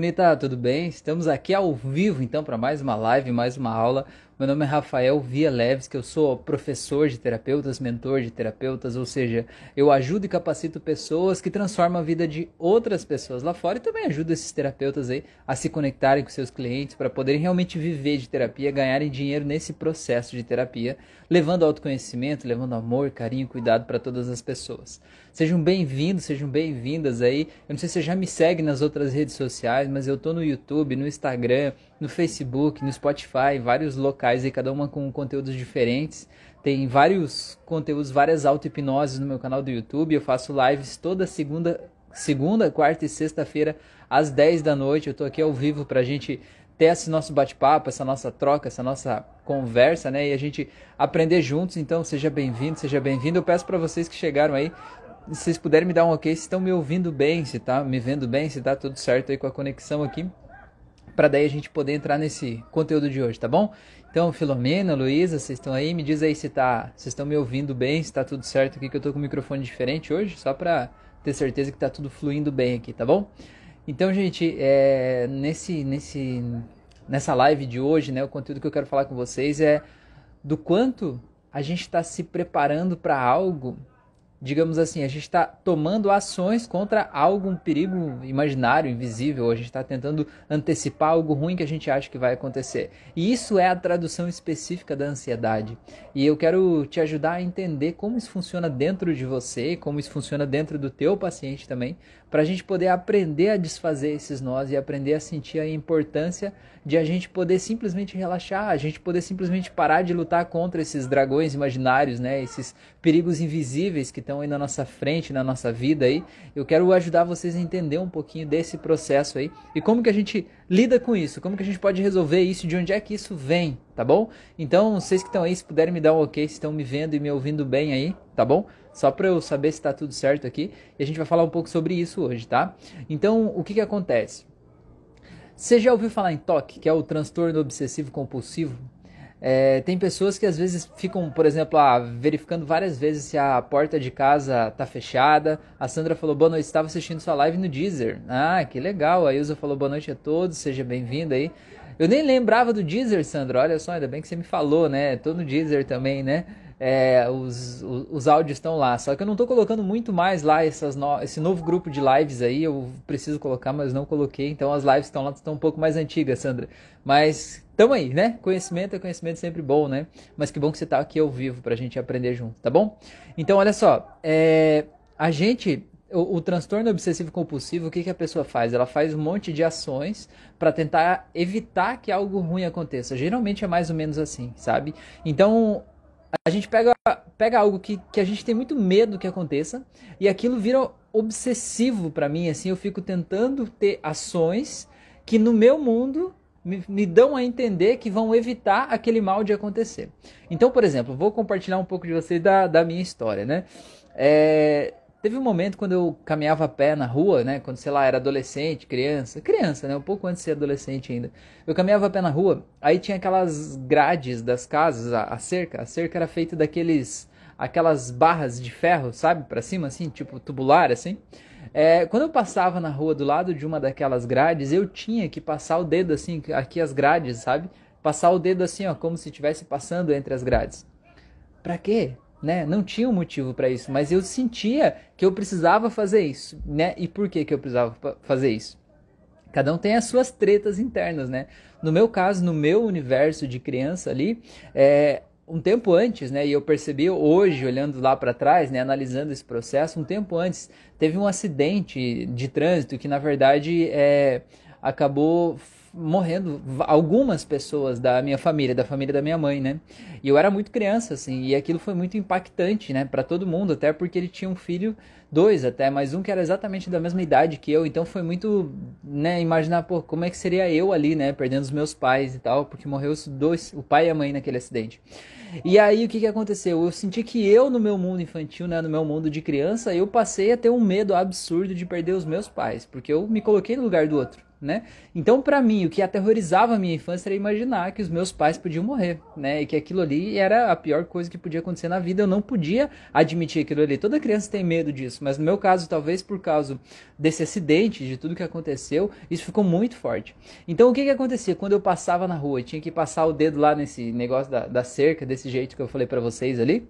Bonita, tudo bem? Estamos aqui ao vivo então para mais uma live, mais uma aula. Meu nome é Rafael Via Leves, que eu sou professor de terapeutas, mentor de terapeutas, ou seja, eu ajudo e capacito pessoas que transformam a vida de outras pessoas lá fora e também ajudo esses terapeutas aí a se conectarem com seus clientes para poderem realmente viver de terapia, ganharem dinheiro nesse processo de terapia, levando autoconhecimento, levando amor, carinho, cuidado para todas as pessoas. Sejam bem-vindos, sejam bem-vindas aí. Eu não sei se você já me segue nas outras redes sociais, mas eu tô no YouTube, no Instagram, no Facebook, no Spotify, vários locais aí, cada uma com conteúdos diferentes. Tem vários conteúdos, várias auto-hipnoses no meu canal do YouTube. Eu faço lives toda segunda, quarta e sexta-feira às 10 da noite. Eu tô aqui ao vivo pra gente ter esse nosso bate-papo, essa nossa troca, essa nossa conversa, né? E a gente aprender juntos. Então, seja bem-vindo, seja bem-vindo. Eu peço para vocês que chegaram aí, se vocês puderem me dar um ok, se estão me ouvindo bem, se tá me vendo bem, se tá tudo certo aí com a conexão aqui, para daí a gente poder entrar nesse conteúdo de hoje, tá bom? Então, Filomena, Luísa, vocês estão aí? Me diz aí se vocês estão me ouvindo bem, se tá tudo certo aqui, que eu tô com um microfone diferente hoje, só para ter certeza que tá tudo fluindo bem aqui, tá bom? Então, gente, nessa live de hoje, né, o conteúdo que eu quero falar com vocês é do quanto a gente está se preparando para algo. Digamos assim, a gente está tomando ações contra algum perigo imaginário, invisível, a gente está tentando antecipar algo ruim que a gente acha que vai acontecer. E isso é a tradução específica da ansiedade. E eu quero te ajudar a entender como isso funciona dentro de você, como isso funciona dentro do teu paciente também, para a gente poder aprender a desfazer esses nós e aprender a sentir a importância de a gente poder simplesmente relaxar, a gente poder simplesmente parar de lutar contra esses dragões imaginários, né? Esses perigos invisíveis que estão aí na nossa frente, na nossa vida aí. Eu quero ajudar vocês a entender um pouquinho desse processo aí e como que a gente lida com isso, como que a gente pode resolver isso, de onde é que isso vem, tá bom? Então, vocês que estão aí, se puderem me dar um ok, se estão me vendo e me ouvindo bem aí, tá bom? Só para eu saber se está tudo certo aqui. E a gente vai falar um pouco sobre isso hoje, tá? Então, o que acontece? Você já ouviu falar em TOC, que é o transtorno obsessivo compulsivo? Tem pessoas que às vezes ficam, por exemplo, verificando várias vezes se a porta de casa está fechada. A Sandra falou, boa noite, estava assistindo sua live no Deezer. Ah, que legal. A Ilza falou, boa noite a todos, seja bem-vindo aí. Eu nem lembrava do Deezer, Sandra, olha só, ainda bem que você me falou, né? Tô no Deezer também, né? Os áudios estão lá, só que eu não estou colocando muito mais lá esse novo grupo de lives aí, eu preciso colocar, mas não coloquei, então as lives estão lá, estão um pouco mais antigas, Sandra, mas tamo aí, né? Conhecimento é conhecimento sempre bom, né? Mas que bom que você tá aqui ao vivo pra gente aprender junto, tá bom? Então, olha só, o transtorno obsessivo compulsivo, o que a pessoa faz? Ela faz um monte de ações para tentar evitar que algo ruim aconteça. Geralmente é mais ou menos assim, sabe? Então, a gente pega algo que a gente tem muito medo que aconteça e aquilo vira obsessivo para mim, assim, eu fico tentando ter ações que no meu mundo me dão a entender que vão evitar aquele mal de acontecer. Então, por exemplo, vou compartilhar um pouco de vocês da minha história, né? Teve um momento quando eu caminhava a pé na rua, né? Quando, sei lá, era adolescente, criança, né? Um pouco antes de ser adolescente ainda. Eu caminhava a pé na rua, aí tinha aquelas grades das casas, a cerca. A cerca era feita aquelas barras de ferro, sabe? Pra cima, assim, tipo tubular, assim. Quando eu passava na rua do lado de uma daquelas grades, eu tinha que passar o dedo, assim, aqui as grades, sabe? Passar o dedo assim, ó, como se estivesse passando entre as grades. Pra quê? Né? Não tinha um motivo para isso, mas eu sentia que eu precisava fazer isso, né? E por que eu precisava fazer isso? Cada um tem as suas tretas internas, né? No meu caso, no meu universo de criança ali, um tempo antes, né? E eu percebi hoje, olhando lá para trás, né? Analisando esse processo, um tempo antes teve um acidente de trânsito que na verdade acabou morrendo algumas pessoas da minha família, da família da minha mãe, né? E eu era muito criança, assim, e aquilo foi muito impactante, né, para todo mundo, até porque ele tinha um filho, dois até, mas um que era exatamente da mesma idade que eu, então foi muito, né, imaginar, pô, como é que seria eu ali, né, perdendo os meus pais e tal, porque morreu os dois, o pai e a mãe naquele acidente. E aí o que aconteceu? Eu senti que eu no meu mundo infantil, né, no meu mundo de criança, eu passei a ter um medo absurdo de perder os meus pais, porque eu me coloquei no lugar do outro. né? Então, para mim, o que aterrorizava a minha infância era imaginar que os meus pais podiam morrer, né? E que aquilo ali era a pior coisa que podia acontecer na vida. Eu não podia admitir aquilo ali. Toda criança tem medo disso, mas no meu caso, talvez por causa desse acidente, de tudo que aconteceu, isso ficou muito forte. Então, o que acontecia? Quando eu passava na rua, eu tinha que passar o dedo lá nesse negócio da cerca, desse jeito que eu falei para vocês ali.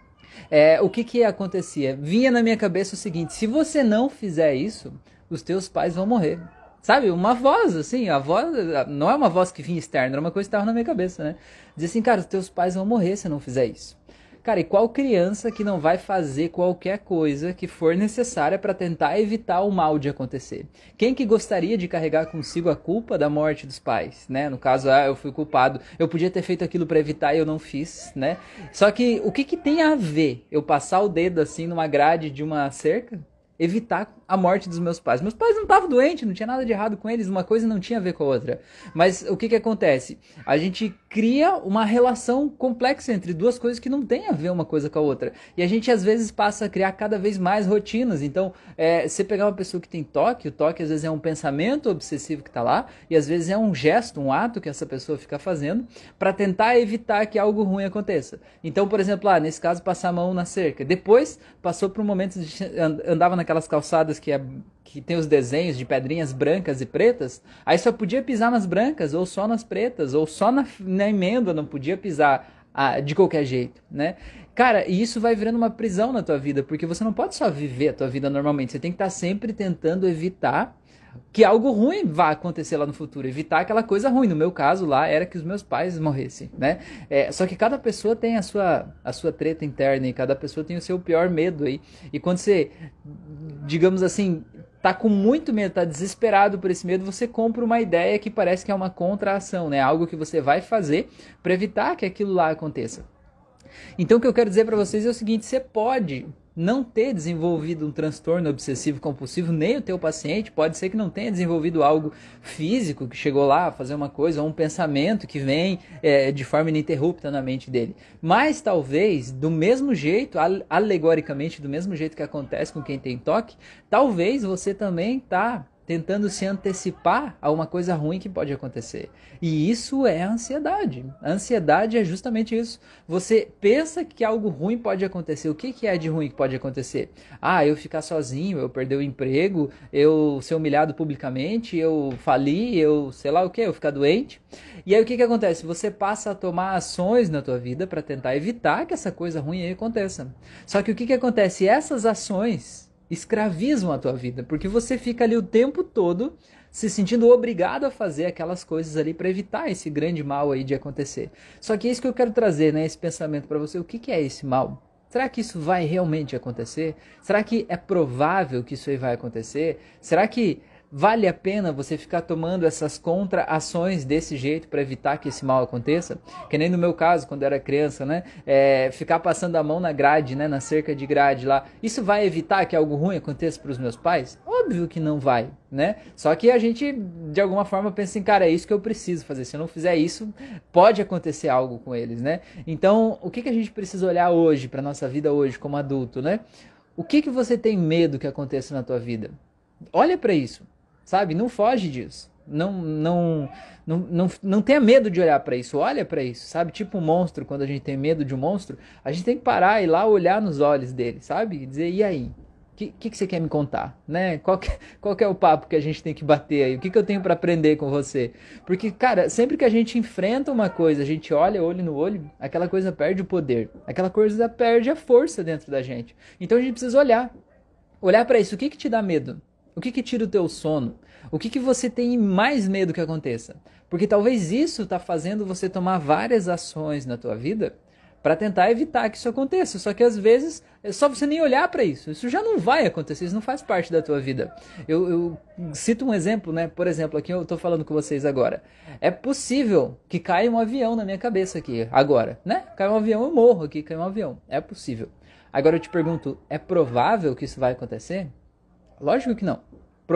O que acontecia? Vinha na minha cabeça o seguinte: se você não fizer isso, os teus pais vão morrer. Sabe, uma voz, assim, a voz não é uma voz que vinha externa, era uma coisa que estava na minha cabeça, né? Dizia assim, cara, os teus pais vão morrer se não fizer isso. Cara, e qual criança que não vai fazer qualquer coisa que for necessária para tentar evitar o mal de acontecer? Quem que gostaria de carregar consigo a culpa da morte dos pais, né? No caso, eu fui culpado, eu podia ter feito aquilo para evitar e eu não fiz, né? Só que o que tem a ver eu passar o dedo assim numa grade de uma cerca? Evitar a morte dos meus pais. Meus pais não estavam doentes, não tinha nada de errado com eles, uma coisa não tinha a ver com a outra. Mas o que acontece? A gente cria uma relação complexa entre duas coisas que não tem a ver uma coisa com a outra. E a gente às vezes passa a criar cada vez mais rotinas. Então, você pegar uma pessoa que tem toque, o toque às vezes é um pensamento obsessivo que está lá, e às vezes é um gesto, um ato que essa pessoa fica fazendo para tentar evitar que algo ruim aconteça. Então, por exemplo, nesse caso, passar a mão na cerca. Depois, passou por um momento de andava naquelas calçadas que tem os desenhos de pedrinhas brancas e pretas, aí só podia pisar nas brancas, ou só nas pretas, ou só na emenda, não podia pisar de qualquer jeito, né? Cara, e isso vai virando uma prisão na tua vida, porque você não pode só viver a tua vida normalmente, você tem que estar sempre tentando evitar que algo ruim vá acontecer lá no futuro, evitar aquela coisa ruim. No meu caso lá era que os meus pais morressem, né? Só que cada pessoa tem a sua treta interna e cada pessoa tem o seu pior medo aí. E quando você, digamos assim, tá com muito medo, tá desesperado por esse medo, você compra uma ideia que parece que é uma contra-ação, né? Algo que você vai fazer para evitar que aquilo lá aconteça. Então o que eu quero dizer para vocês é o seguinte: você pode não ter desenvolvido um transtorno obsessivo compulsivo, nem o teu paciente, pode ser que não tenha desenvolvido algo físico, que chegou lá a fazer uma coisa, ou um pensamento que vem de forma ininterrupta na mente dele. Mas talvez, do mesmo jeito, alegoricamente, do mesmo jeito que acontece com quem tem toque, talvez você também está tentando se antecipar a uma coisa ruim que pode acontecer. E isso é a ansiedade. A ansiedade é justamente isso. Você pensa que algo ruim pode acontecer. O que é de ruim que pode acontecer? Eu ficar sozinho, eu perder o emprego, eu ser humilhado publicamente, eu falir, eu sei lá o que, eu ficar doente. E aí o que acontece? Você passa a tomar ações na tua vida para tentar evitar que essa coisa ruim aí aconteça. Só que o que acontece? Essas ações escravizam a tua vida, porque você fica ali o tempo todo se sentindo obrigado a fazer aquelas coisas ali para evitar esse grande mal aí de acontecer. Só que é isso que eu quero trazer, né, esse pensamento para você. O que é esse mal? Será que isso vai realmente acontecer? Será que é provável que isso aí vai acontecer? Será que vale a pena você ficar tomando essas contra-ações desse jeito para evitar que esse mal aconteça? Que nem no meu caso, quando eu era criança, né? Ficar passando a mão na grade, né? Na cerca de grade lá. Isso vai evitar que algo ruim aconteça para os meus pais? Óbvio que não vai, né? Só que a gente, de alguma forma, pensa assim, cara, é isso que eu preciso fazer. Se eu não fizer isso, pode acontecer algo com eles, né? Então, o que a gente precisa olhar hoje, para nossa vida hoje, como adulto, né? O que você tem medo que aconteça na tua vida? Olha para isso. Sabe? Não foge disso. Não tenha medo de olhar para isso. Olha para isso, sabe? Tipo um monstro, quando a gente tem medo de um monstro, a gente tem que parar e ir lá olhar nos olhos dele, sabe? E dizer, e aí? O que você quer me contar? Né? Qual que é o papo que a gente tem que bater aí? O que eu tenho para aprender com você? Porque, cara, sempre que a gente enfrenta uma coisa, a gente olha olho no olho, aquela coisa perde o poder. Aquela coisa perde a força dentro da gente. Então a gente precisa olhar. Olhar para isso. O que te dá medo? O que tira o teu sono? O que você tem mais medo que aconteça? Porque talvez isso está fazendo você tomar várias ações na tua vida para tentar evitar que isso aconteça. Só que às vezes é só você nem olhar para isso. Isso já não vai acontecer, isso não faz parte da tua vida. Eu cito um exemplo, né? Por exemplo, aqui eu estou falando com vocês agora. É possível que caia um avião na minha cabeça aqui, agora, né? Cai um avião, eu morro aqui, cai um avião. É possível. Agora eu te pergunto, é provável que isso vai acontecer? Lógico que não.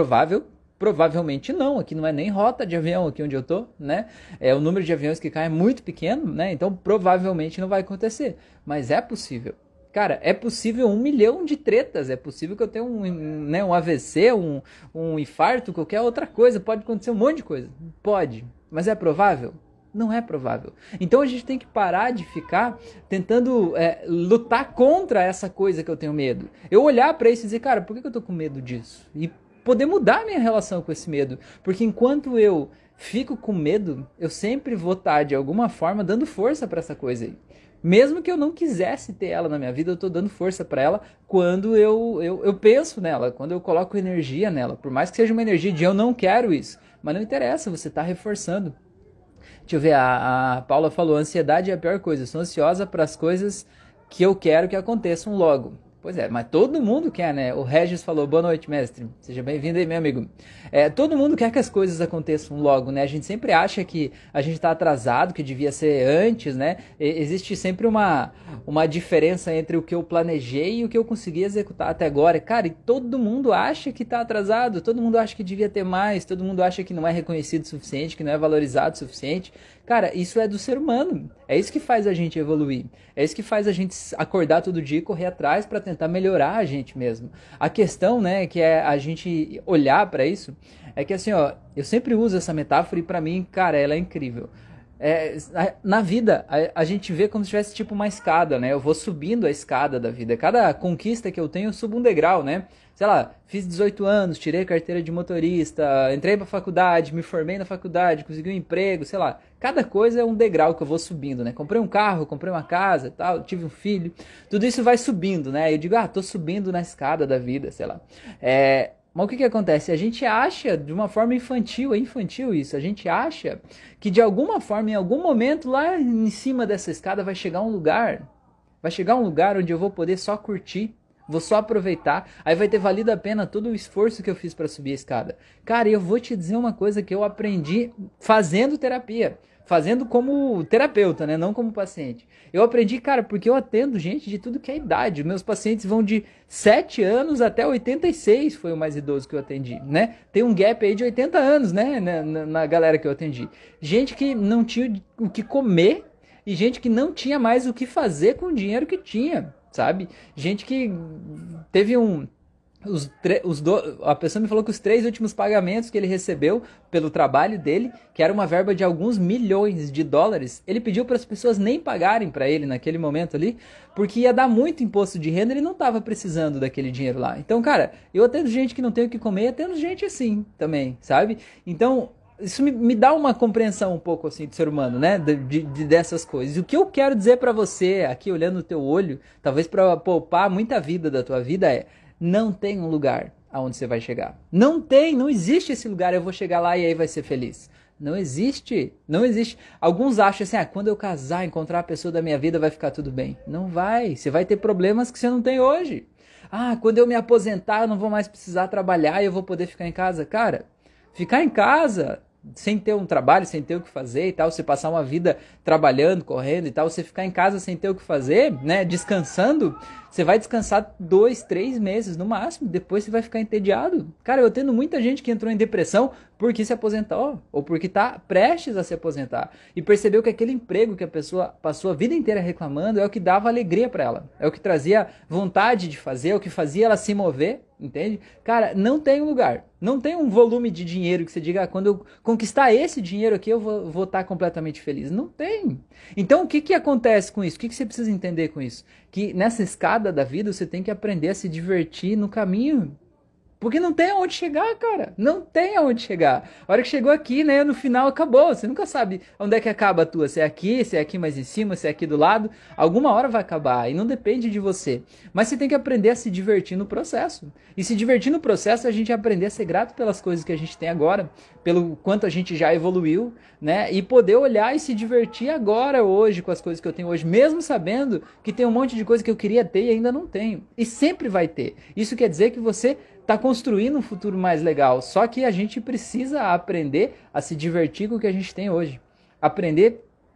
Provavelmente não. Aqui não é nem rota de avião aqui onde eu tô, né? O número de aviões que caem é muito pequeno, né? Então provavelmente não vai acontecer. Mas é possível. Cara, é possível 1 milhão de tretas, é possível que eu tenha né, um AVC, um infarto, qualquer outra coisa, pode acontecer um monte de coisa. Pode, mas é provável? Não é provável. Então a gente tem que parar de ficar tentando lutar contra essa coisa que eu tenho medo. Eu olhar pra isso e dizer, cara, por que eu tô com medo disso? E poder mudar a minha relação com esse medo. Porque enquanto eu fico com medo, eu sempre vou estar, de alguma forma, dando força pra essa coisa aí. Mesmo que eu não quisesse ter ela na minha vida, eu tô dando força pra ela quando eu penso nela, quando eu coloco energia nela. Por mais que seja uma energia de eu não quero isso. Mas não interessa, você tá reforçando. Deixa eu ver, a Paula falou, ansiedade é a pior coisa, eu sou ansiosa para as coisas que eu quero que aconteçam logo. Pois é, mas todo mundo quer, né? O Regis falou, boa noite, mestre. Seja bem-vindo aí, meu amigo. Todo mundo quer que as coisas aconteçam logo, né? A gente sempre acha que a gente tá atrasado, que devia ser antes, né? Existe sempre uma diferença entre o que eu planejei e o que eu consegui executar até agora. Cara, e todo mundo acha que tá atrasado, todo mundo acha que devia ter mais, todo mundo acha que não é reconhecido o suficiente, que não é valorizado o suficiente. Cara, isso é do ser humano. É isso que faz a gente evoluir. É isso que faz a gente acordar todo dia e correr atrás para tentar melhorar a gente mesmo. A questão, né, que é a gente olhar para isso, é que assim, ó, eu sempre uso essa metáfora e para mim, cara, ela é incrível. Na vida, a gente vê como se tivesse tipo uma escada, né? Eu vou subindo a escada da vida. Cada conquista que eu tenho, eu subo um degrau, né? Sei lá, fiz 18 anos, tirei carteira de motorista, entrei pra faculdade, me formei na faculdade, consegui um emprego, sei lá. Cada coisa é um degrau que eu vou subindo, né? Comprei um carro, comprei uma casa e tal, tive um filho. Tudo isso vai subindo, né? Eu digo, tô subindo na escada da vida, sei lá. Mas o que acontece? A gente acha, de uma forma infantil, é infantil isso, a gente acha que de alguma forma, em algum momento, lá em cima dessa escada vai chegar um lugar onde eu vou poder só curtir, vou só aproveitar, aí vai ter valido a pena todo o esforço que eu fiz para subir a escada. Cara, eu vou te dizer uma coisa que eu aprendi fazendo terapia. Fazendo como terapeuta, né? Não como paciente. Eu aprendi, cara, porque eu atendo gente de tudo que é idade. Meus pacientes vão de 7 anos até 86, foi o mais idoso que eu atendi, né? Tem um gap aí de 80 anos, né? Na galera que eu atendi. Gente que não tinha o que comer e gente que não tinha mais o que fazer com o dinheiro que tinha, sabe? Gente que teve a pessoa me falou que os 3 últimos pagamentos que ele recebeu pelo trabalho dele, que era uma verba de alguns milhões de dólares, ele pediu para as pessoas nem pagarem para ele naquele momento ali, porque ia dar muito imposto de renda, ele não estava precisando daquele dinheiro lá. Então, cara, eu atendo gente que não tem o que comer, atendo gente assim também, sabe? Então, isso me dá uma compreensão um pouco assim do ser humano, né? Dessas coisas. E o que eu quero dizer para você, aqui olhando o teu olho, talvez para poupar muita vida da tua vida, não tem um lugar aonde você vai chegar. Não existe esse lugar, eu vou chegar lá e aí vai ser feliz. Não existe. Alguns acham assim, quando eu casar, encontrar a pessoa da minha vida, vai ficar tudo bem. Não vai. Você vai ter problemas que você não tem hoje. Quando eu me aposentar, eu não vou mais precisar trabalhar e eu vou poder ficar em casa. Cara, ficar em casa sem ter um trabalho, sem ter o que fazer e tal, você passar uma vida trabalhando, correndo e tal, você ficar em casa sem ter o que fazer, né, descansando, você vai descansar 2, 3 meses no máximo, depois você vai ficar entediado. Cara, eu tendo muita gente que entrou em depressão porque se aposentou, ou porque tá prestes a se aposentar, e percebeu que aquele emprego que a pessoa passou a vida inteira reclamando é o que dava alegria pra ela, é o que trazia vontade de fazer, é o que fazia ela se mover, entende? Cara, não tem um lugar, não tem um volume de dinheiro que você diga, quando eu conquistar esse dinheiro aqui, eu vou estar completamente feliz. Não tem. Então, o que acontece com isso? O que você precisa entender com isso? Que nessa escada da vida, você tem que aprender a se divertir no caminho. Porque não tem aonde chegar, cara. Não tem aonde chegar. A hora que chegou aqui, né, no final acabou. Você nunca sabe onde é que acaba a tua. Se é aqui mais em cima, se é aqui do lado. Alguma hora vai acabar e não depende de você. Mas você tem que aprender a se divertir no processo. E se divertir no processo é a gente aprender a ser grato pelas coisas que a gente tem agora, pelo quanto a gente já evoluiu, né? E poder olhar e se divertir agora, hoje, com as coisas que eu tenho hoje, mesmo sabendo que tem um monte de coisa que eu queria ter e ainda não tenho. E sempre vai ter. Isso quer dizer que você está construindo um futuro mais legal, só que a gente precisa aprender a se divertir com o que a gente tem hoje. Aprender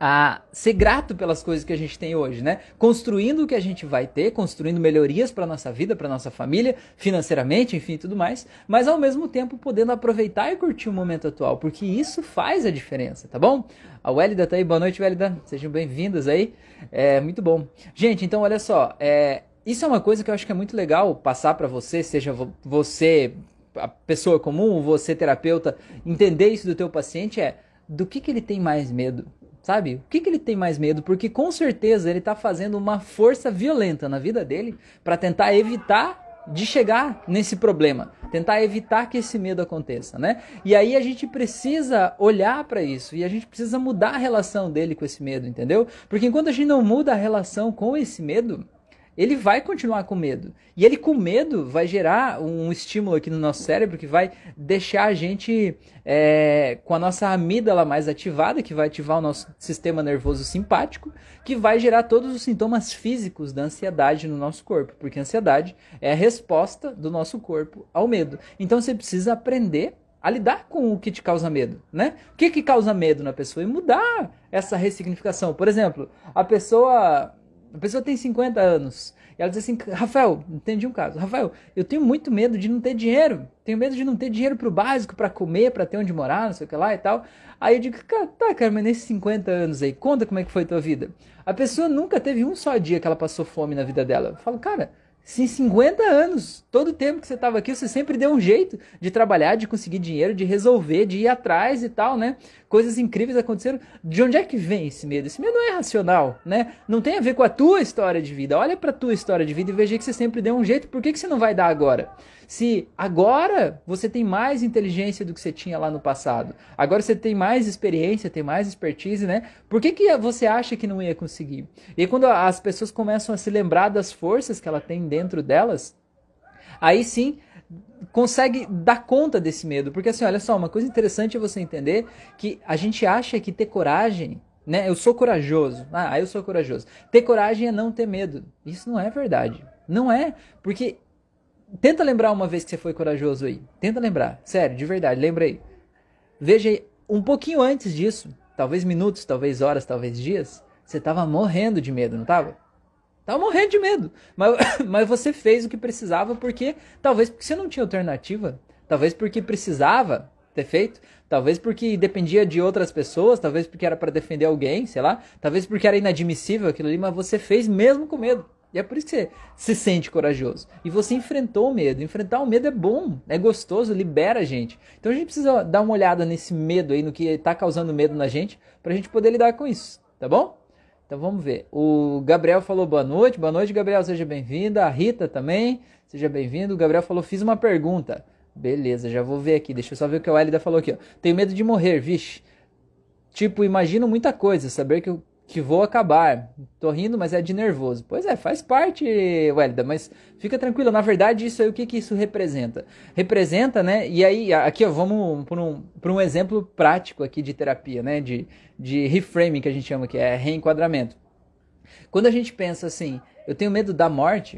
a ser grato pelas coisas que a gente tem hoje, né? Construindo o que a gente vai ter, construindo melhorias para nossa vida, para nossa família, financeiramente, enfim, tudo mais, mas ao mesmo tempo podendo aproveitar e curtir o momento atual, porque isso faz a diferença, tá bom? A Wélida tá aí, boa noite, Wélida, sejam bem-vindas aí, muito bom. Gente, então olha só, isso é uma coisa que eu acho que é muito legal passar para você, seja você, a pessoa comum, você terapeuta, entender isso do teu paciente do que ele tem mais medo. Sabe? O que ele tem mais medo? Porque com certeza ele está fazendo uma força violenta na vida dele para tentar evitar de chegar nesse problema, tentar evitar que esse medo aconteça, né? E aí a gente precisa olhar para isso e a gente precisa mudar a relação dele com esse medo, entendeu? Porque enquanto a gente não muda a relação com esse medo, ele vai continuar com medo. E ele com medo vai gerar um estímulo aqui no nosso cérebro que vai deixar a gente com a nossa amígdala mais ativada, que vai ativar o nosso sistema nervoso simpático, que vai gerar todos os sintomas físicos da ansiedade no nosso corpo. Porque a ansiedade é a resposta do nosso corpo ao medo. Então você precisa aprender a lidar com o que te causa medo, né? O que causa medo na pessoa? E mudar essa ressignificação. Por exemplo, a pessoa tem 50 anos e ela diz assim, Rafael, entendi um caso, Rafael, eu tenho muito medo de não ter dinheiro, tenho medo de não ter dinheiro pro básico, pra comer, pra ter onde morar, não sei o que lá e tal. Aí eu digo, cara, mas nesses 50 anos aí, conta como é que foi a tua vida. A pessoa nunca teve um só dia que ela passou fome na vida dela. Eu falo, cara, se em 50 anos, todo o tempo que você estava aqui, você sempre deu um jeito de trabalhar, de conseguir dinheiro, de resolver, de ir atrás e tal, né? Coisas incríveis aconteceram. De onde é que vem esse medo? Esse medo não é racional, né? Não tem a ver com a tua história de vida. Olha pra tua história de vida e veja que você sempre deu um jeito. Por que você não vai dar agora? Se agora você tem mais inteligência do que você tinha lá no passado, agora você tem mais experiência, tem mais expertise, né? Por que você acha que não ia conseguir? E quando as pessoas começam a se lembrar das forças que ela tem dentro delas, aí sim consegue dar conta desse medo. Porque assim, olha só, uma coisa interessante é você entender que a gente acha que ter coragem, né? Eu sou corajoso. Eu sou corajoso. Ter coragem é não ter medo. Isso não é verdade. Não é, porque tenta lembrar uma vez que você foi corajoso aí. Tenta lembrar. Sério, de verdade, lembra aí. Veja aí, um pouquinho antes disso, talvez minutos, talvez horas, talvez dias, você estava morrendo de medo, não estava? Tava morrendo de medo. Mas você fez o que precisava talvez porque você não tinha alternativa. Talvez porque precisava ter feito. Talvez porque dependia de outras pessoas. Talvez porque era para defender alguém, sei lá. Talvez porque era inadmissível aquilo ali, mas você fez mesmo com medo. E é por isso que você se sente corajoso. E você enfrentou o medo. Enfrentar o medo é bom, é gostoso, libera a gente. Então a gente precisa dar uma olhada nesse medo aí, no que está causando medo na gente, pra gente poder lidar com isso, tá bom? Então vamos ver. O Gabriel falou boa noite. Boa noite, Gabriel, seja bem-vinda. A Rita também, seja bem-vindo. O Gabriel falou, fiz uma pergunta. Beleza, já vou ver aqui. Deixa eu só ver o que o Elida falou aqui, ó. Tenho medo de morrer, vixe. Tipo, imagino muita coisa, saber que vou acabar. Tô rindo, mas é de nervoso. Pois é, faz parte, Wélida, mas fica tranquilo. Na verdade, isso aí, o que isso representa? Representa, né? E aí, aqui, ó, vamos por um exemplo prático aqui de terapia, né? De reframing, que a gente chama, que é reenquadramento. Quando a gente pensa assim, eu tenho medo da morte,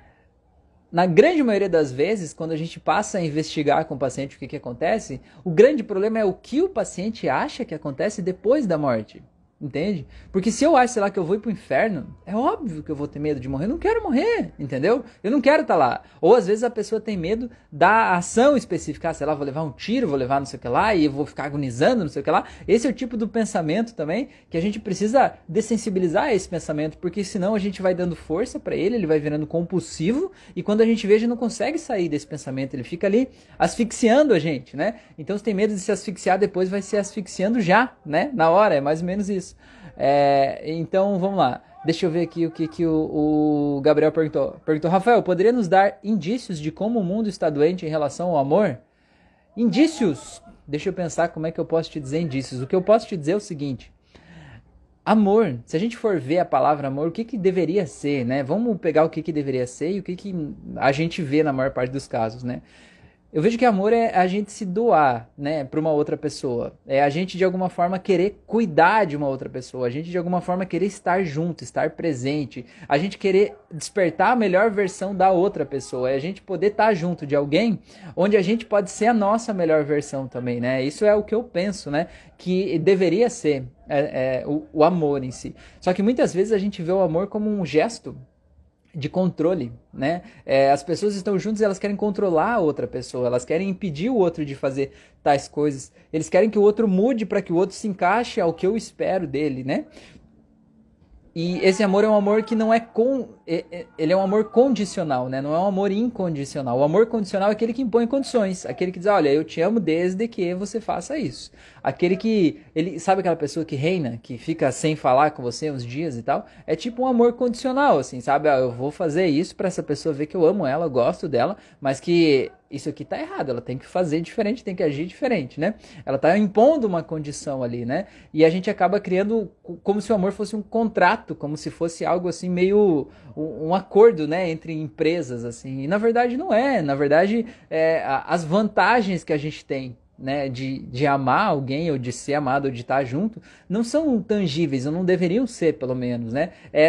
na grande maioria das vezes, quando a gente passa a investigar com o paciente o que acontece, o grande problema é o que o paciente acha que acontece depois da morte. Entende? Porque se eu acho, sei lá, que eu vou ir pro inferno, é óbvio que eu vou ter medo de morrer. Eu não quero morrer, entendeu? Eu não quero estar lá. Ou às vezes a pessoa tem medo da ação específica. Sei lá, vou levar um tiro, vou levar não sei o que lá, e eu vou ficar agonizando, não sei o que lá. Esse é o tipo do pensamento também que a gente precisa dessensibilizar esse pensamento, porque senão a gente vai dando força para ele vai virando compulsivo, e quando a gente vê, a gente não consegue sair desse pensamento. Ele fica ali asfixiando a gente, né? Então se tem medo de se asfixiar, depois vai se asfixiando já, né? Na hora, é mais ou menos isso. Então vamos lá, deixa eu ver aqui o que o Gabriel perguntou. Rafael, poderia nos dar indícios de como o mundo está doente em relação ao amor? Indícios? Deixa eu pensar como é que eu posso te dizer indícios. O que eu posso te dizer é o seguinte: amor, se a gente for ver a palavra amor, o que deveria ser, né? Vamos pegar o que deveria ser e o que a gente vê na maior parte dos casos, né? Eu vejo que amor é a gente se doar, né, para uma outra pessoa. É a gente de alguma forma querer cuidar de uma outra pessoa. A gente de alguma forma querer estar junto, estar presente. A gente querer despertar a melhor versão da outra pessoa. É a gente poder estar junto de alguém onde a gente pode ser a nossa melhor versão também, né? Isso é o que eu penso, né? Que deveria ser o amor em si. Só que muitas vezes a gente vê o amor como um gesto de controle, né? As pessoas estão juntas e elas querem controlar a outra pessoa, elas querem impedir o outro de fazer tais coisas, eles querem que o outro mude para que o outro se encaixe ao que eu espero dele, né? E esse amor é um amor que não é ele é um amor condicional, né? Não é um amor incondicional. O amor condicional é aquele que impõe condições, aquele que diz, olha, eu te amo desde que você faça isso. Aquele que, ele sabe aquela pessoa que reina, que fica sem falar com você uns dias e tal? É tipo um amor condicional, assim, sabe? Eu vou fazer isso pra essa pessoa ver que eu amo ela, eu gosto dela, mas que isso aqui tá errado, ela tem que fazer diferente, tem que agir diferente, né? Ela tá impondo uma condição ali, né? E a gente acaba criando como se o amor fosse um contrato, como se fosse algo assim meio um acordo, né, entre empresas, assim. E na verdade não é, na verdade as vantagens que a gente tem, né, de amar alguém, ou de ser amado, ou de estar junto, não são tangíveis, ou não deveriam ser, pelo menos, né?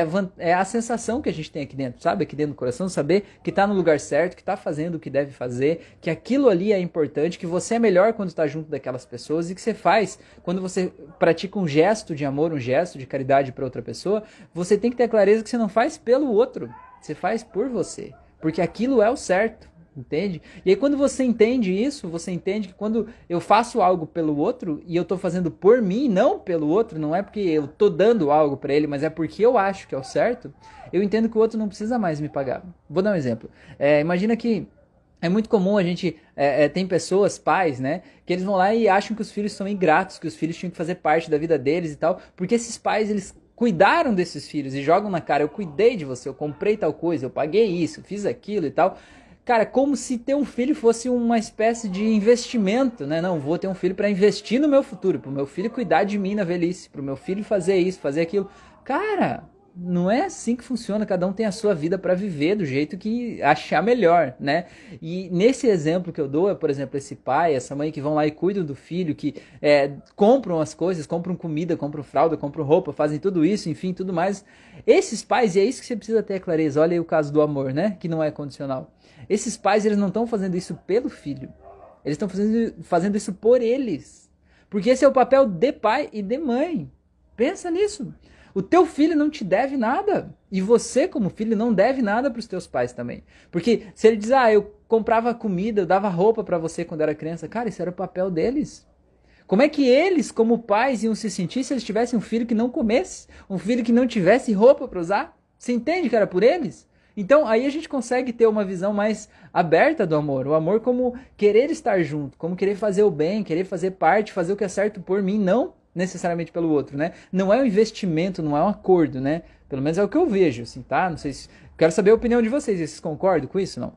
É a sensação que a gente tem aqui dentro, sabe? Aqui dentro do coração, saber que está no lugar certo, que está fazendo o que deve fazer, que aquilo ali é importante, que você é melhor quando está junto daquelas pessoas, e que você faz, quando você pratica um gesto de amor, um gesto de caridade para outra pessoa, você tem que ter a clareza que você não faz pelo outro, você faz por você, porque aquilo é o certo. Entende? E aí quando você entende isso, você entende que quando eu faço algo pelo outro e eu tô fazendo por mim, não pelo outro, não é porque eu tô dando algo para ele, mas é porque eu acho que é o certo, eu entendo que o outro não precisa mais me pagar. Vou dar um exemplo. Imagina que é muito comum a gente, tem pessoas, pais, né, que eles vão lá e acham que os filhos são ingratos, que os filhos tinham que fazer parte da vida deles e tal, porque esses pais, eles cuidaram desses filhos e jogam na cara, eu cuidei de você, eu comprei tal coisa, eu paguei isso, fiz aquilo e tal. Cara, como se ter um filho fosse uma espécie de investimento, né? Não, vou ter um filho para investir no meu futuro, pro meu filho cuidar de mim na velhice, pro meu filho fazer isso, fazer aquilo. Cara, não é assim que funciona, cada um tem a sua vida para viver do jeito que achar melhor, né? E nesse exemplo que eu dou, por exemplo, esse pai, essa mãe que vão lá e cuidam do filho, que compram as coisas, compram comida, compram fralda, compram roupa, fazem tudo isso, enfim, tudo mais. Esses pais, e é isso que você precisa ter clareza, olha aí o caso do amor, né? Que não é condicional. Esses pais, eles não estão fazendo isso pelo filho. Eles estão fazendo isso por eles. Porque esse é o papel de pai e de mãe. Pensa nisso. O teu filho não te deve nada. E você, como filho, não deve nada para os teus pais também. Porque se ele diz, eu comprava comida, eu dava roupa para você quando era criança. Cara, isso era o papel deles. Como é que eles, como pais, iam se sentir se eles tivessem um filho que não comesse? Um filho que não tivesse roupa para usar? Você entende que era por eles? Então, aí a gente consegue ter uma visão mais aberta do amor. O amor como querer estar junto, como querer fazer o bem, querer fazer parte, fazer o que é certo por mim, não necessariamente pelo outro, né? Não é um investimento, não é um acordo, né? Pelo menos é o que eu vejo, assim, tá? Não sei se... Quero saber a opinião de vocês. Vocês concordam com isso, não?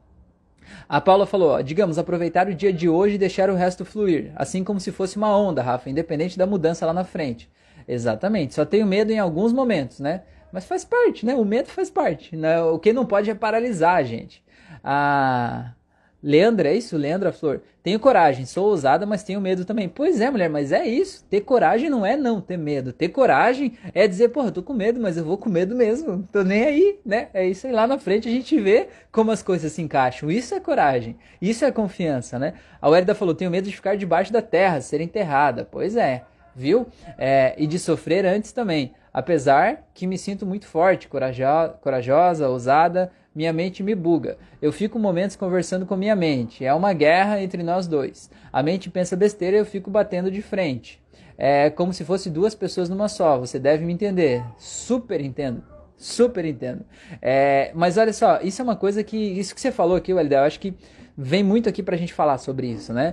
A Paula falou, digamos, aproveitar o dia de hoje e deixar o resto fluir. Assim como se fosse uma onda, Rafa, independente da mudança lá na frente. Exatamente. Só tenho medo em alguns momentos, né? Mas faz parte, né? O medo faz parte. Né? O que não pode é paralisar a gente. A Leandra, é isso? Leandra Flor. Tenho coragem, sou ousada, mas tenho medo também. Pois é, mulher, mas é isso. Ter coragem não é não ter medo. Ter coragem é dizer, porra, eu tô com medo, mas eu vou com medo mesmo. Tô nem aí, né? É isso aí, lá na frente a gente vê como as coisas se encaixam. Isso é coragem. Isso é confiança, né? A Werida falou, tenho medo de ficar debaixo da terra, ser enterrada. Pois é, viu? E de sofrer antes também. Apesar que me sinto muito forte, corajosa, ousada, minha mente me buga. Eu fico momentos conversando com minha mente. É uma guerra entre nós dois. A mente pensa besteira e eu fico batendo de frente. É como se fosse duas pessoas numa só. Você deve me entender. Super entendo. Super entendo. Mas olha só, isso é uma coisa que... Isso que você falou aqui, Walida, eu acho que vem muito aqui pra gente falar sobre isso, né?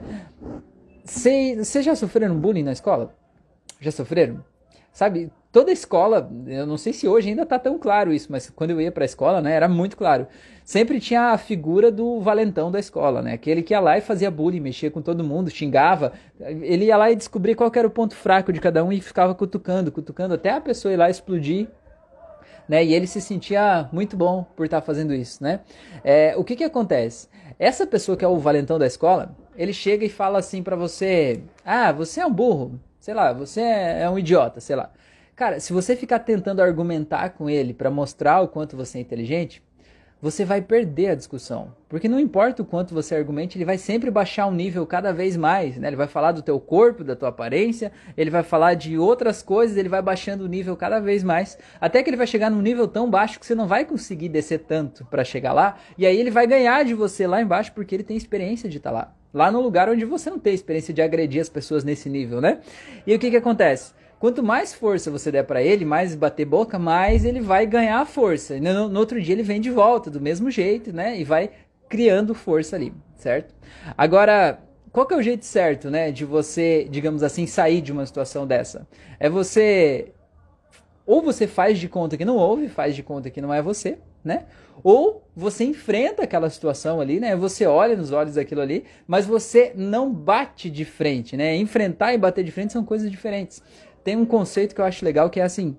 Vocês já sofreram bullying na escola? Já sofreram? Sabe, toda escola, eu não sei se hoje ainda tá tão claro isso, mas quando eu ia pra escola, né, era muito claro. Sempre tinha a figura do valentão da escola, né? Aquele que ia lá e fazia bullying, mexia com todo mundo, xingava. Ele ia lá e descobria qual que era o ponto fraco de cada um e ficava cutucando até a pessoa ir lá explodir, né? E ele se sentia muito bom por estar fazendo isso, né? O que acontece? Essa pessoa que é o valentão da escola, ele chega e fala assim pra você, você é um burro, sei lá, você é um idiota, sei lá. Cara, se você ficar tentando argumentar com ele pra mostrar o quanto você é inteligente, você vai perder a discussão. Porque não importa o quanto você argumente, ele vai sempre baixar o nível cada vez mais, né? Ele vai falar do teu corpo, da tua aparência, ele vai falar de outras coisas, ele vai baixando o nível cada vez mais, até que ele vai chegar num nível tão baixo que você não vai conseguir descer tanto para chegar lá, e aí ele vai ganhar de você lá embaixo porque ele tem experiência de estar lá. Lá no lugar onde você não tem experiência de agredir as pessoas nesse nível, né? E o que acontece? Quanto mais força você der pra ele, mais bater boca, mais ele vai ganhar força. No outro dia ele vem de volta, do mesmo jeito, né? E vai criando força ali, certo? Agora, qual que é o jeito certo, né? De você, digamos assim, sair de uma situação dessa? É você... Ou você faz de conta que não houve, faz de conta que não é você, né? Ou você enfrenta aquela situação ali, né? Você olha nos olhos daquilo ali, mas você não bate de frente, né? Enfrentar e bater de frente são coisas diferentes. Tem um conceito que eu acho legal que é assim,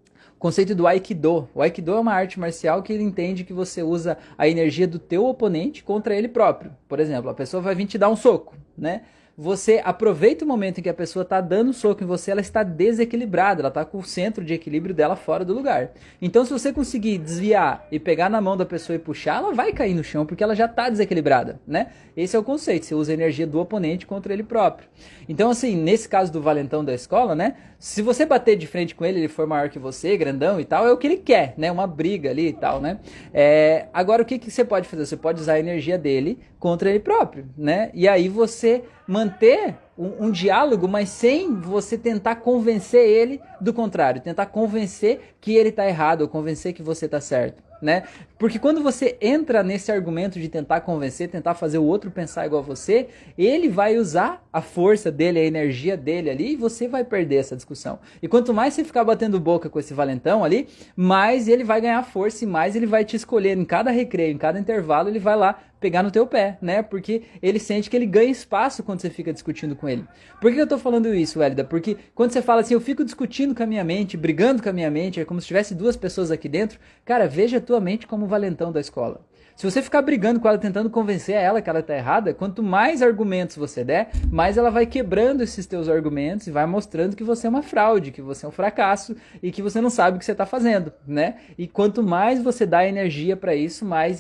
o conceito do Aikido. O Aikido é uma arte marcial que ele entende que você usa a energia do teu oponente contra ele próprio. Por exemplo, a pessoa vai vir te dar um soco, né? Você aproveita o momento em que a pessoa está dando soco em você, ela está desequilibrada, ela está com o centro de equilíbrio dela fora do lugar. Então, se você conseguir desviar e pegar na mão da pessoa e puxar, ela vai cair no chão porque ela já está desequilibrada, né? Esse é o conceito, você usa a energia do oponente contra ele próprio. Então, assim, nesse caso do valentão da escola, né? Se você bater de frente com ele, ele for maior que você, grandão e tal, é o que ele quer, né? Uma briga ali e tal, né? Agora, o que você pode fazer? Você pode usar a energia dele contra ele próprio, né? E aí você manter um diálogo, mas sem você tentar convencer ele do contrário, tentar convencer que ele está errado ou convencer que você está certo, né? Porque quando você entra nesse argumento de tentar convencer, tentar fazer o outro pensar igual a você, ele vai usar a força dele, a energia dele ali, e você vai perder essa discussão. E quanto mais você ficar batendo boca com esse valentão ali, mais ele vai ganhar força e mais ele vai te escolher em cada recreio, em cada intervalo, ele vai lá pegar no teu pé, né? Porque ele sente que ele ganha espaço quando você fica discutindo com ele. Por que eu tô falando isso, Hélida? Porque quando você fala assim, eu fico discutindo com a minha mente, brigando com a minha mente, é como se tivesse duas pessoas aqui dentro, cara, veja a tua mente como o valentão da escola. Se você ficar brigando com ela, tentando convencer ela que ela tá errada, quanto mais argumentos você der, mais ela vai quebrando esses teus argumentos e vai mostrando que você é uma fraude, que você é um fracasso e que você não sabe o que você tá fazendo, né? E quanto mais você dá energia para isso, mais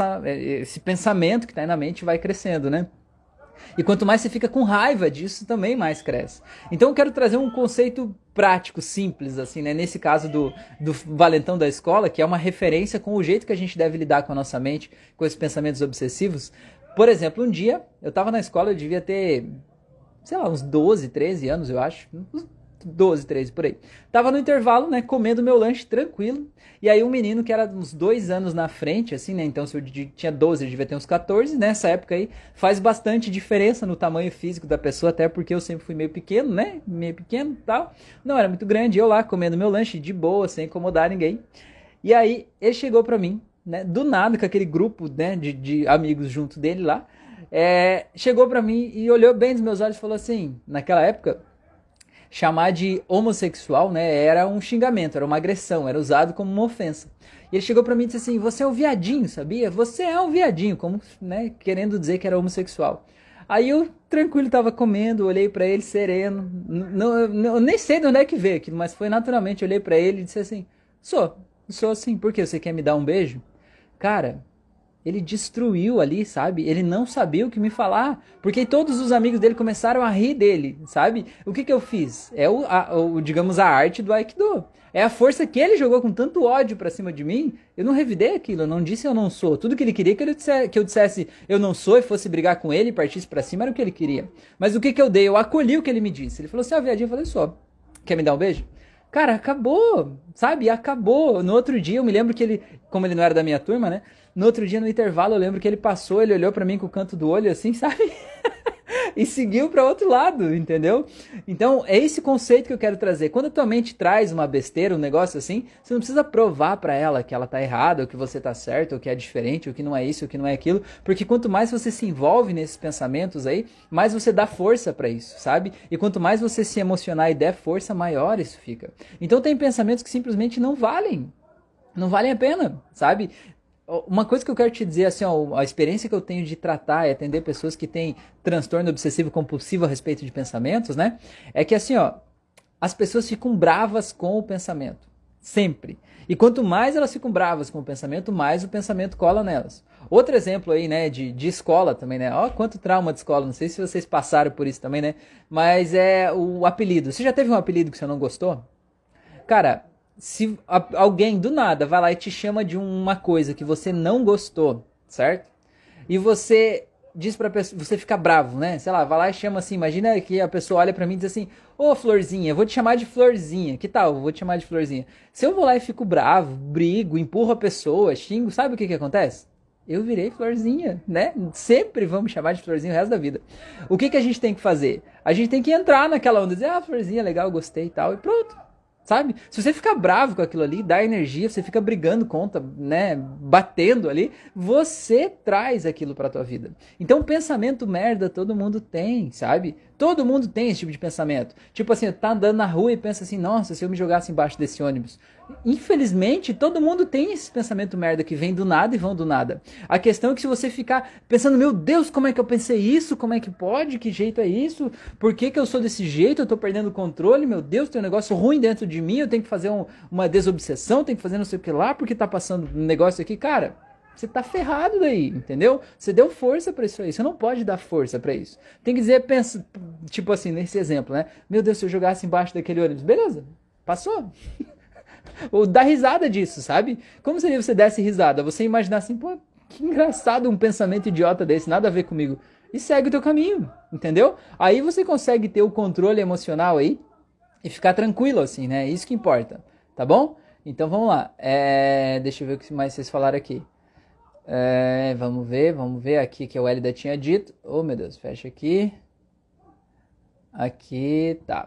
esse pensamento que tá aí na mente vai crescendo, né? E quanto mais você fica com raiva disso, também mais cresce. Então eu quero trazer um conceito prático, simples, assim, né? Nesse caso do valentão da escola, que é uma referência com o jeito que a gente deve lidar com a nossa mente, com esses pensamentos obsessivos. Por exemplo, um dia, eu estava na escola, eu devia ter, sei lá, uns 12, 13 anos, eu acho. 12, 13, por aí. Tava no intervalo, né, comendo meu lanche tranquilo. E aí um menino que era uns 2 anos na frente, assim, né, então se eu tinha 12, eu devia ter uns 14, nessa época aí, faz bastante diferença no tamanho físico da pessoa, até porque eu sempre fui meio pequeno, né, meio pequeno e tal. Não era muito grande, eu lá comendo meu lanche de boa, sem incomodar ninguém. E aí ele chegou pra mim, né, do nada, com aquele grupo, né, de amigos junto dele lá, chegou pra mim e olhou bem nos meus olhos e falou assim, naquela época, chamar de homossexual, né, era um xingamento, era uma agressão, era usado como uma ofensa. E ele chegou pra mim e disse assim, você é um viadinho, sabia? Você é um viadinho, como, né, querendo dizer que era homossexual. Aí eu, tranquilo, tava comendo, olhei pra ele sereno, eu nem sei de onde é que veio aquilo, mas foi naturalmente, olhei pra ele e disse assim, sou assim, por quê? Você quer me dar um beijo? Cara, ele destruiu ali, sabe? Ele não sabia o que me falar, porque todos os amigos dele começaram a rir dele, sabe? O que eu fiz? Digamos, a arte do Aikido. É a força que ele jogou com tanto ódio pra cima de mim. Eu não revidei aquilo, eu não disse eu não sou. Tudo que ele queria que eu dissesse eu não sou e fosse brigar com ele e partisse pra cima era o que ele queria. Mas o que eu dei? Eu acolhi o que ele me disse. Ele falou, você é um viadinho? Eu falei, sou. Quer me dar um beijo? Cara, acabou, sabe? Acabou. No outro dia, eu me lembro que ele, como ele não era da minha turma, né? No outro dia, no intervalo, eu lembro que ele passou, ele olhou pra mim com o canto do olho, assim, sabe? E seguiu para outro lado, entendeu? Então, é esse conceito que eu quero trazer. Quando a tua mente traz uma besteira, um negócio assim, você não precisa provar para ela que ela tá errada, ou que você tá certo, ou que é diferente, ou que não é isso, ou que não é aquilo, porque quanto mais você se envolve nesses pensamentos aí, mais você dá força para isso, sabe? E quanto mais você se emocionar e der força, maior isso fica. Então tem pensamentos que simplesmente não valem a pena, sabe? uma coisa que eu quero te dizer, assim, ó, a experiência que eu tenho de tratar e atender pessoas que têm transtorno obsessivo compulsivo a respeito de pensamentos, né? É que, assim, ó, as pessoas ficam bravas com o pensamento. Sempre. E quanto mais elas ficam bravas com o pensamento cola nelas. Outro exemplo aí, né, de escola também, né? Ó, quanto trauma de escola, não sei se vocês passaram por isso também, né? Mas é o apelido. Você já teve um apelido que você não gostou? Cara, se alguém do nada vai lá e te chama de uma coisa que você não gostou, certo? E você diz pra pessoa, você fica bravo, né? Sei lá, vai lá e chama assim, imagina que a pessoa olha pra mim e diz assim, ô Florzinha, eu vou te chamar de Florzinha, que tal? Eu vou te chamar de Florzinha. Se eu vou lá e fico bravo, brigo, empurro a pessoa, xingo, sabe o que acontece? Eu virei Florzinha, né? Sempre vamos chamar de Florzinha o resto da vida. O que a gente tem que fazer? A gente tem que entrar naquela onda, dizer, Florzinha, legal, gostei e tal, e pronto. Sabe? Se você ficar bravo com aquilo ali, dá energia, você fica brigando contra, né, batendo ali, você traz aquilo pra tua vida. Então, pensamento merda todo mundo tem, sabe? Todo mundo tem esse tipo de pensamento. Tipo assim, tá andando na rua e pensa assim, nossa, se eu me jogasse embaixo desse ônibus. Infelizmente, todo mundo tem esse pensamento merda que vem do nada e vão do nada. A questão é que se você ficar pensando, meu Deus, como é que eu pensei isso? Como é que pode? Que jeito é isso? Por que eu sou desse jeito? Eu tô perdendo o controle? Meu Deus, tem um negócio ruim dentro de mim, eu tenho que fazer uma desobsessão, tenho que fazer não sei o que lá, porque tá passando um negócio aqui. Cara, você tá ferrado daí, entendeu? Você deu força pra isso aí, você não pode dar força pra isso. Tem que dizer, pensa, tipo assim, nesse exemplo, né? Meu Deus, se eu jogasse embaixo daquele ônibus, beleza, passou. Ou dar risada disso, sabe? Como seria você desse risada? Você imaginar assim, pô, que engraçado um pensamento idiota desse, nada a ver comigo. E segue o teu caminho, entendeu? Aí você consegue ter o controle emocional aí e ficar tranquilo assim, né? Isso que importa, tá bom? Então vamos lá. Deixa eu ver o que mais vocês falaram aqui. Vamos ver aqui que o Elida tinha dito. Oh, meu Deus, fecha aqui. Aqui, tá.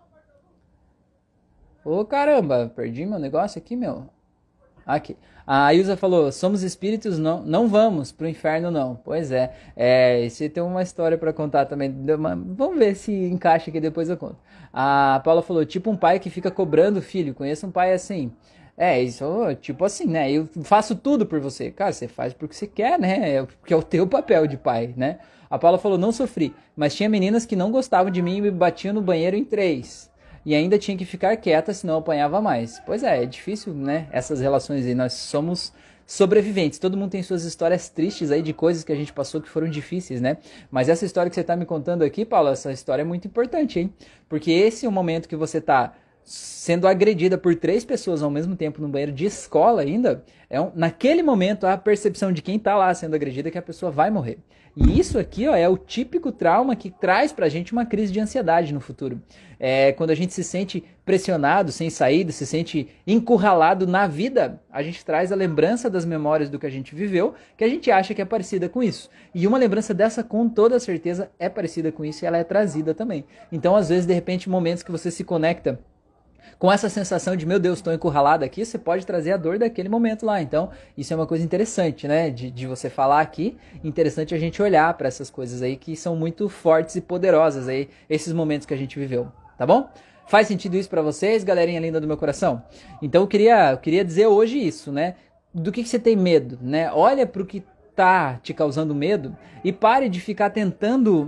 Ô, caramba, perdi meu negócio aqui, meu. Aqui. A Ilza falou, somos espíritos, não vamos pro inferno, não. Pois é. Esse tem uma história pra contar também. Vamos ver se encaixa aqui, depois eu conto. A Paula falou, tipo um pai que fica cobrando o filho. Conheço um pai assim. Isso, tipo assim, né? Eu faço tudo por você. Cara, você faz porque você quer, né? Porque é o teu papel de pai, né? A Paula falou, não sofri, mas tinha meninas que não gostavam de mim e me batiam no banheiro em 3. E ainda tinha que ficar quieta, senão eu apanhava mais. Pois é difícil, né? Essas relações aí, nós somos sobreviventes. Todo mundo tem suas histórias tristes aí de coisas que a gente passou que foram difíceis, né? Mas essa história que você tá me contando aqui, Paula, essa história é muito importante, hein? Porque esse é o momento que você tá sendo agredida por 3 pessoas ao mesmo tempo no banheiro de escola ainda, naquele momento a percepção de quem tá lá sendo agredida é que a pessoa vai morrer. E isso aqui, ó, é o típico trauma que traz pra gente uma crise de ansiedade no futuro. Quando a gente se sente pressionado, sem saída, se sente encurralado na vida, a gente traz a lembrança das memórias do que a gente viveu, que a gente acha que é parecida com isso. E uma lembrança dessa, com toda certeza, é parecida com isso e ela é trazida também. Então, às vezes, de repente, momentos que você se conecta com essa sensação de, meu Deus, estou encurralado aqui, você pode trazer a dor daquele momento lá. Então, isso é uma coisa interessante, né? De você falar aqui. Interessante a gente olhar para essas coisas aí que são muito fortes e poderosas aí, esses momentos que a gente viveu, tá bom? Faz sentido isso para vocês, galerinha linda do meu coração? Então, eu queria dizer hoje isso, né? Do que você tem medo, né? Olha para o que tá te causando medo e pare de ficar tentando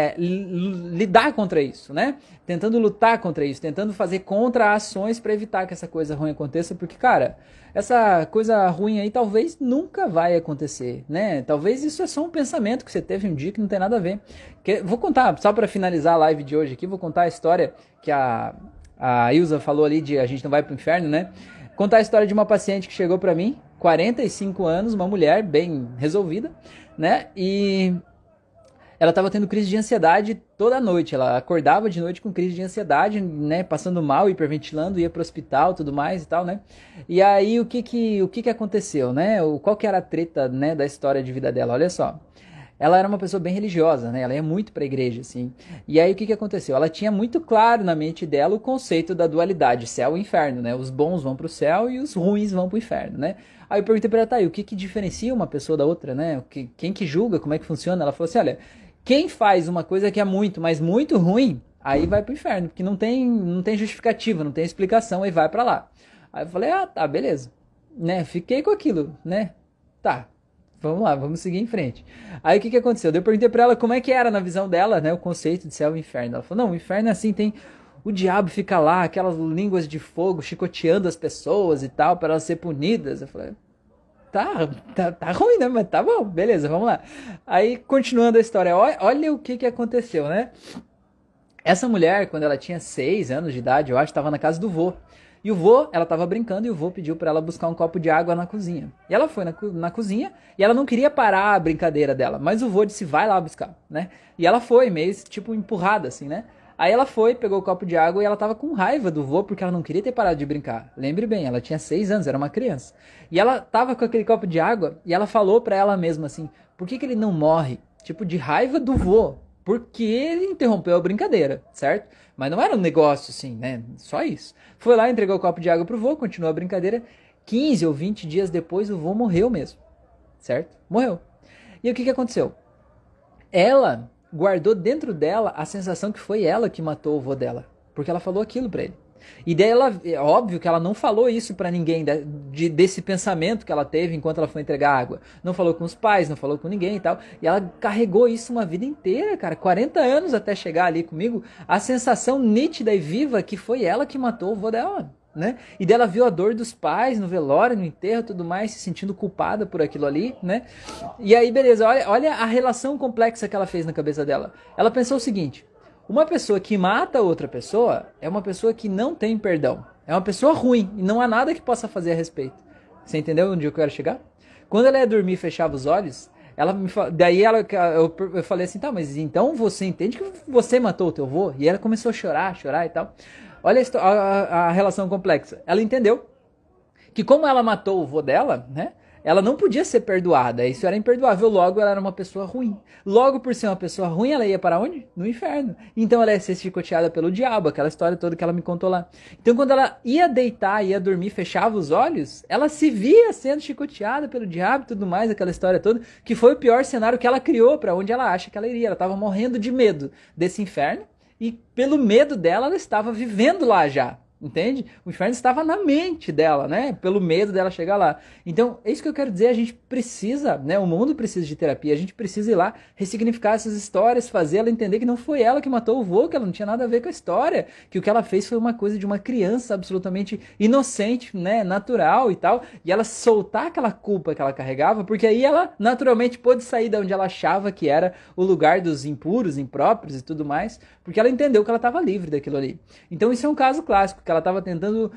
lidar contra isso, né? Tentando lutar contra isso, tentando fazer contra-ações para evitar que essa coisa ruim aconteça, porque, cara, essa coisa ruim aí talvez nunca vai acontecer, né? Talvez isso é só um pensamento que você teve um dia que não tem nada a ver. Vou contar, só para finalizar a live de hoje aqui, vou contar a história que a Ilza falou ali de a gente não vai pro inferno, né? Contar a história de uma paciente que chegou para mim, 45 anos, uma mulher bem resolvida, né? E ela estava tendo crise de ansiedade toda noite. Ela acordava de noite com crise de ansiedade, né? Passando mal, hiperventilando, ia para o hospital, tudo mais e tal, né? E aí o que aconteceu, né? Qual que era a treta, né, da história de vida dela? Olha só. Ela era uma pessoa bem religiosa, né? Ela ia muito pra igreja, assim. E aí o que aconteceu? Ela tinha muito claro na mente dela o conceito da dualidade, céu e inferno, né? Os bons vão pro céu e os ruins vão pro inferno, né? Aí eu perguntei pra ela, tá aí, o que diferencia uma pessoa da outra, né? Quem que julga, como é que funciona? Ela falou assim, olha, quem faz uma coisa que é muito, mas muito ruim, aí vai pro inferno, porque não tem justificativa, não tem explicação, aí vai pra lá. Aí eu falei, tá, beleza. Né? Fiquei com aquilo, né? tá, vamos lá, vamos seguir em frente. Aí o que aconteceu? Eu perguntei pra ela como é que era na visão dela, né, o conceito de céu e inferno. Ela falou, não, o inferno é assim, tem... O diabo fica lá, aquelas línguas de fogo, chicoteando as pessoas e tal, para elas serem punidas. Eu falei, tá ruim, né? Mas tá bom, beleza, vamos lá. Aí, continuando a história, olha o que aconteceu, né? Essa mulher, quando ela tinha 6 anos de idade, eu acho, estava na casa do vô. E o vô, ela estava brincando e o vô pediu para ela buscar um copo de água na cozinha. E ela foi na cozinha e ela não queria parar a brincadeira dela, mas o vô disse, vai lá buscar, né? E ela foi, meio tipo empurrada assim, né? Aí ela foi, pegou o copo de água e ela tava com raiva do vô porque ela não queria ter parado de brincar. Lembre bem, ela tinha 6 anos, era uma criança. E ela tava com aquele copo de água e ela falou pra ela mesma assim, por que ele não morre? Tipo, de raiva do vô. Porque ele interrompeu a brincadeira, certo? Mas não era um negócio assim, né? Só isso. Foi lá, entregou o copo de água pro vô, continuou a brincadeira. 15 ou 20 dias depois, o vô morreu mesmo, certo? Morreu. E o que aconteceu? Ela guardou dentro dela a sensação que foi ela que matou o vô dela. Porque ela falou aquilo pra ele. E daí ela, é óbvio que ela não falou isso pra ninguém, desse pensamento que ela teve enquanto ela foi entregar água. Não falou com os pais, não falou com ninguém e tal. E ela carregou isso uma vida inteira, cara. 40 anos até chegar ali comigo. A sensação nítida e viva que foi ela que matou o vô dela. Né? E dela viu a dor dos pais no velório, no enterro, tudo mais, se sentindo culpada por aquilo ali, né? E aí, beleza, olha a relação complexa que ela fez na cabeça dela. Ela pensou o seguinte, uma pessoa que mata outra pessoa é uma pessoa que não tem perdão. É uma pessoa ruim e não há nada que possa fazer a respeito. Você entendeu onde eu quero chegar? Quando ela ia dormir e fechava os olhos, eu falei assim, tá, mas então você entende que você matou o teu avô? E ela começou a chorar e tal. Olha a relação complexa. Ela entendeu que como ela matou o vô dela, né? Ela não podia ser perdoada. Isso era imperdoável. Logo, ela era uma pessoa ruim. Logo, por ser uma pessoa ruim, ela ia para onde? No inferno. Então, ela ia ser chicoteada pelo diabo. Aquela história toda que ela me contou lá. Então, quando ela ia deitar, ia dormir, fechava os olhos, ela se via sendo chicoteada pelo diabo e tudo mais. Aquela história toda. Que foi o pior cenário que ela criou para onde ela acha que ela iria. Ela estava morrendo de medo desse inferno. E pelo medo dela, ela estava vivendo lá já. Entende? O inferno estava na mente dela, né? Pelo medo dela chegar lá. Então, é isso que eu quero dizer. A gente precisa, né? O mundo precisa de terapia. A gente precisa ir lá, ressignificar essas histórias, fazer ela entender que não foi ela que matou o vô, que ela não tinha nada a ver com a história. Que o que ela fez foi uma coisa de uma criança absolutamente inocente, né? Natural e tal. E ela soltar aquela culpa que ela carregava, porque aí ela naturalmente pôde sair de onde ela achava que era o lugar dos impuros, impróprios e tudo mais. Porque ela entendeu que ela estava livre daquilo ali. Então, isso é um caso clássico. Que ela estava tentando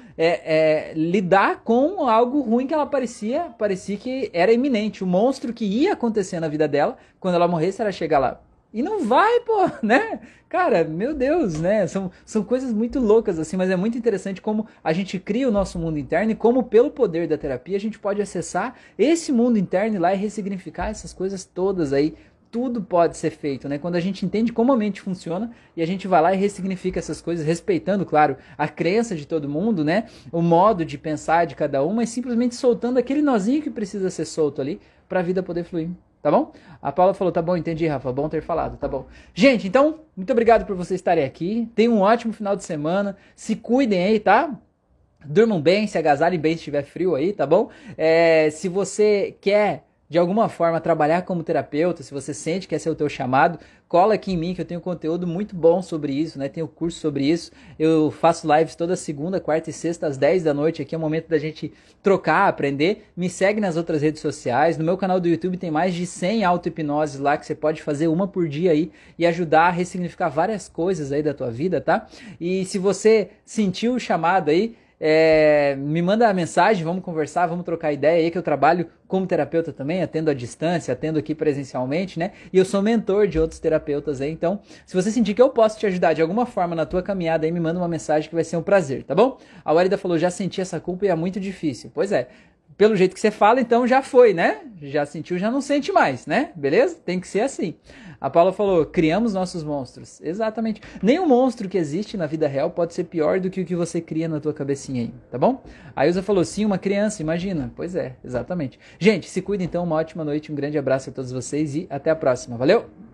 lidar com algo ruim que ela parecia que era iminente, o monstro que ia acontecer na vida dela, quando ela morresse, ela chegar lá. E não vai, pô, né? Cara, meu Deus, né? São coisas muito loucas, assim, mas é muito interessante como a gente cria o nosso mundo interno e como, pelo poder da terapia, a gente pode acessar esse mundo interno e lá e ressignificar essas coisas todas aí. Tudo pode ser feito, né? Quando a gente entende como a mente funciona e a gente vai lá e ressignifica essas coisas, respeitando, claro, a crença de todo mundo, né? O modo de pensar de cada um, mas simplesmente soltando aquele nozinho que precisa ser solto ali para a vida poder fluir, tá bom? A Paula falou, tá bom, entendi, Rafa, bom ter falado, tá bom. Gente, então, muito obrigado por vocês estarem aqui. Tenham um ótimo final de semana. Se cuidem aí, tá? Durmam bem, se agasalhem bem se estiver frio aí, tá bom? Se você quer de alguma forma trabalhar como terapeuta, se você sente que esse é o teu chamado, cola aqui em mim que eu tenho conteúdo muito bom sobre isso, né? Tenho curso sobre isso, eu faço lives toda segunda, quarta e sexta às 10 da noite, aqui é o momento da gente trocar, aprender. Me segue nas outras redes sociais, no meu canal do YouTube tem mais de 100 auto-hipnoses lá, que você pode fazer uma por dia aí e ajudar a ressignificar várias coisas aí da tua vida, tá? E se você sentiu o chamado aí, me manda a mensagem, vamos conversar, vamos trocar ideia aí, que eu trabalho como terapeuta também, atendo à distância, atendo aqui presencialmente, né? E eu sou mentor de outros terapeutas aí, então, se você sentir que eu posso te ajudar de alguma forma na tua caminhada aí, me manda uma mensagem que vai ser um prazer, tá bom? A Warida falou, já senti essa culpa e é muito difícil. Pois é, pelo jeito que você fala, então já foi, né? Já sentiu, já não sente mais, né? Beleza? Tem que ser assim. A Paula falou, criamos nossos monstros. Exatamente. Nenhum monstro que existe na vida real pode ser pior do que o que você cria na tua cabecinha aí, tá bom? A Ilza falou, sim, uma criança, imagina. Pois é, exatamente. Gente, se cuida então, uma ótima noite, um grande abraço a todos vocês e até a próxima. Valeu!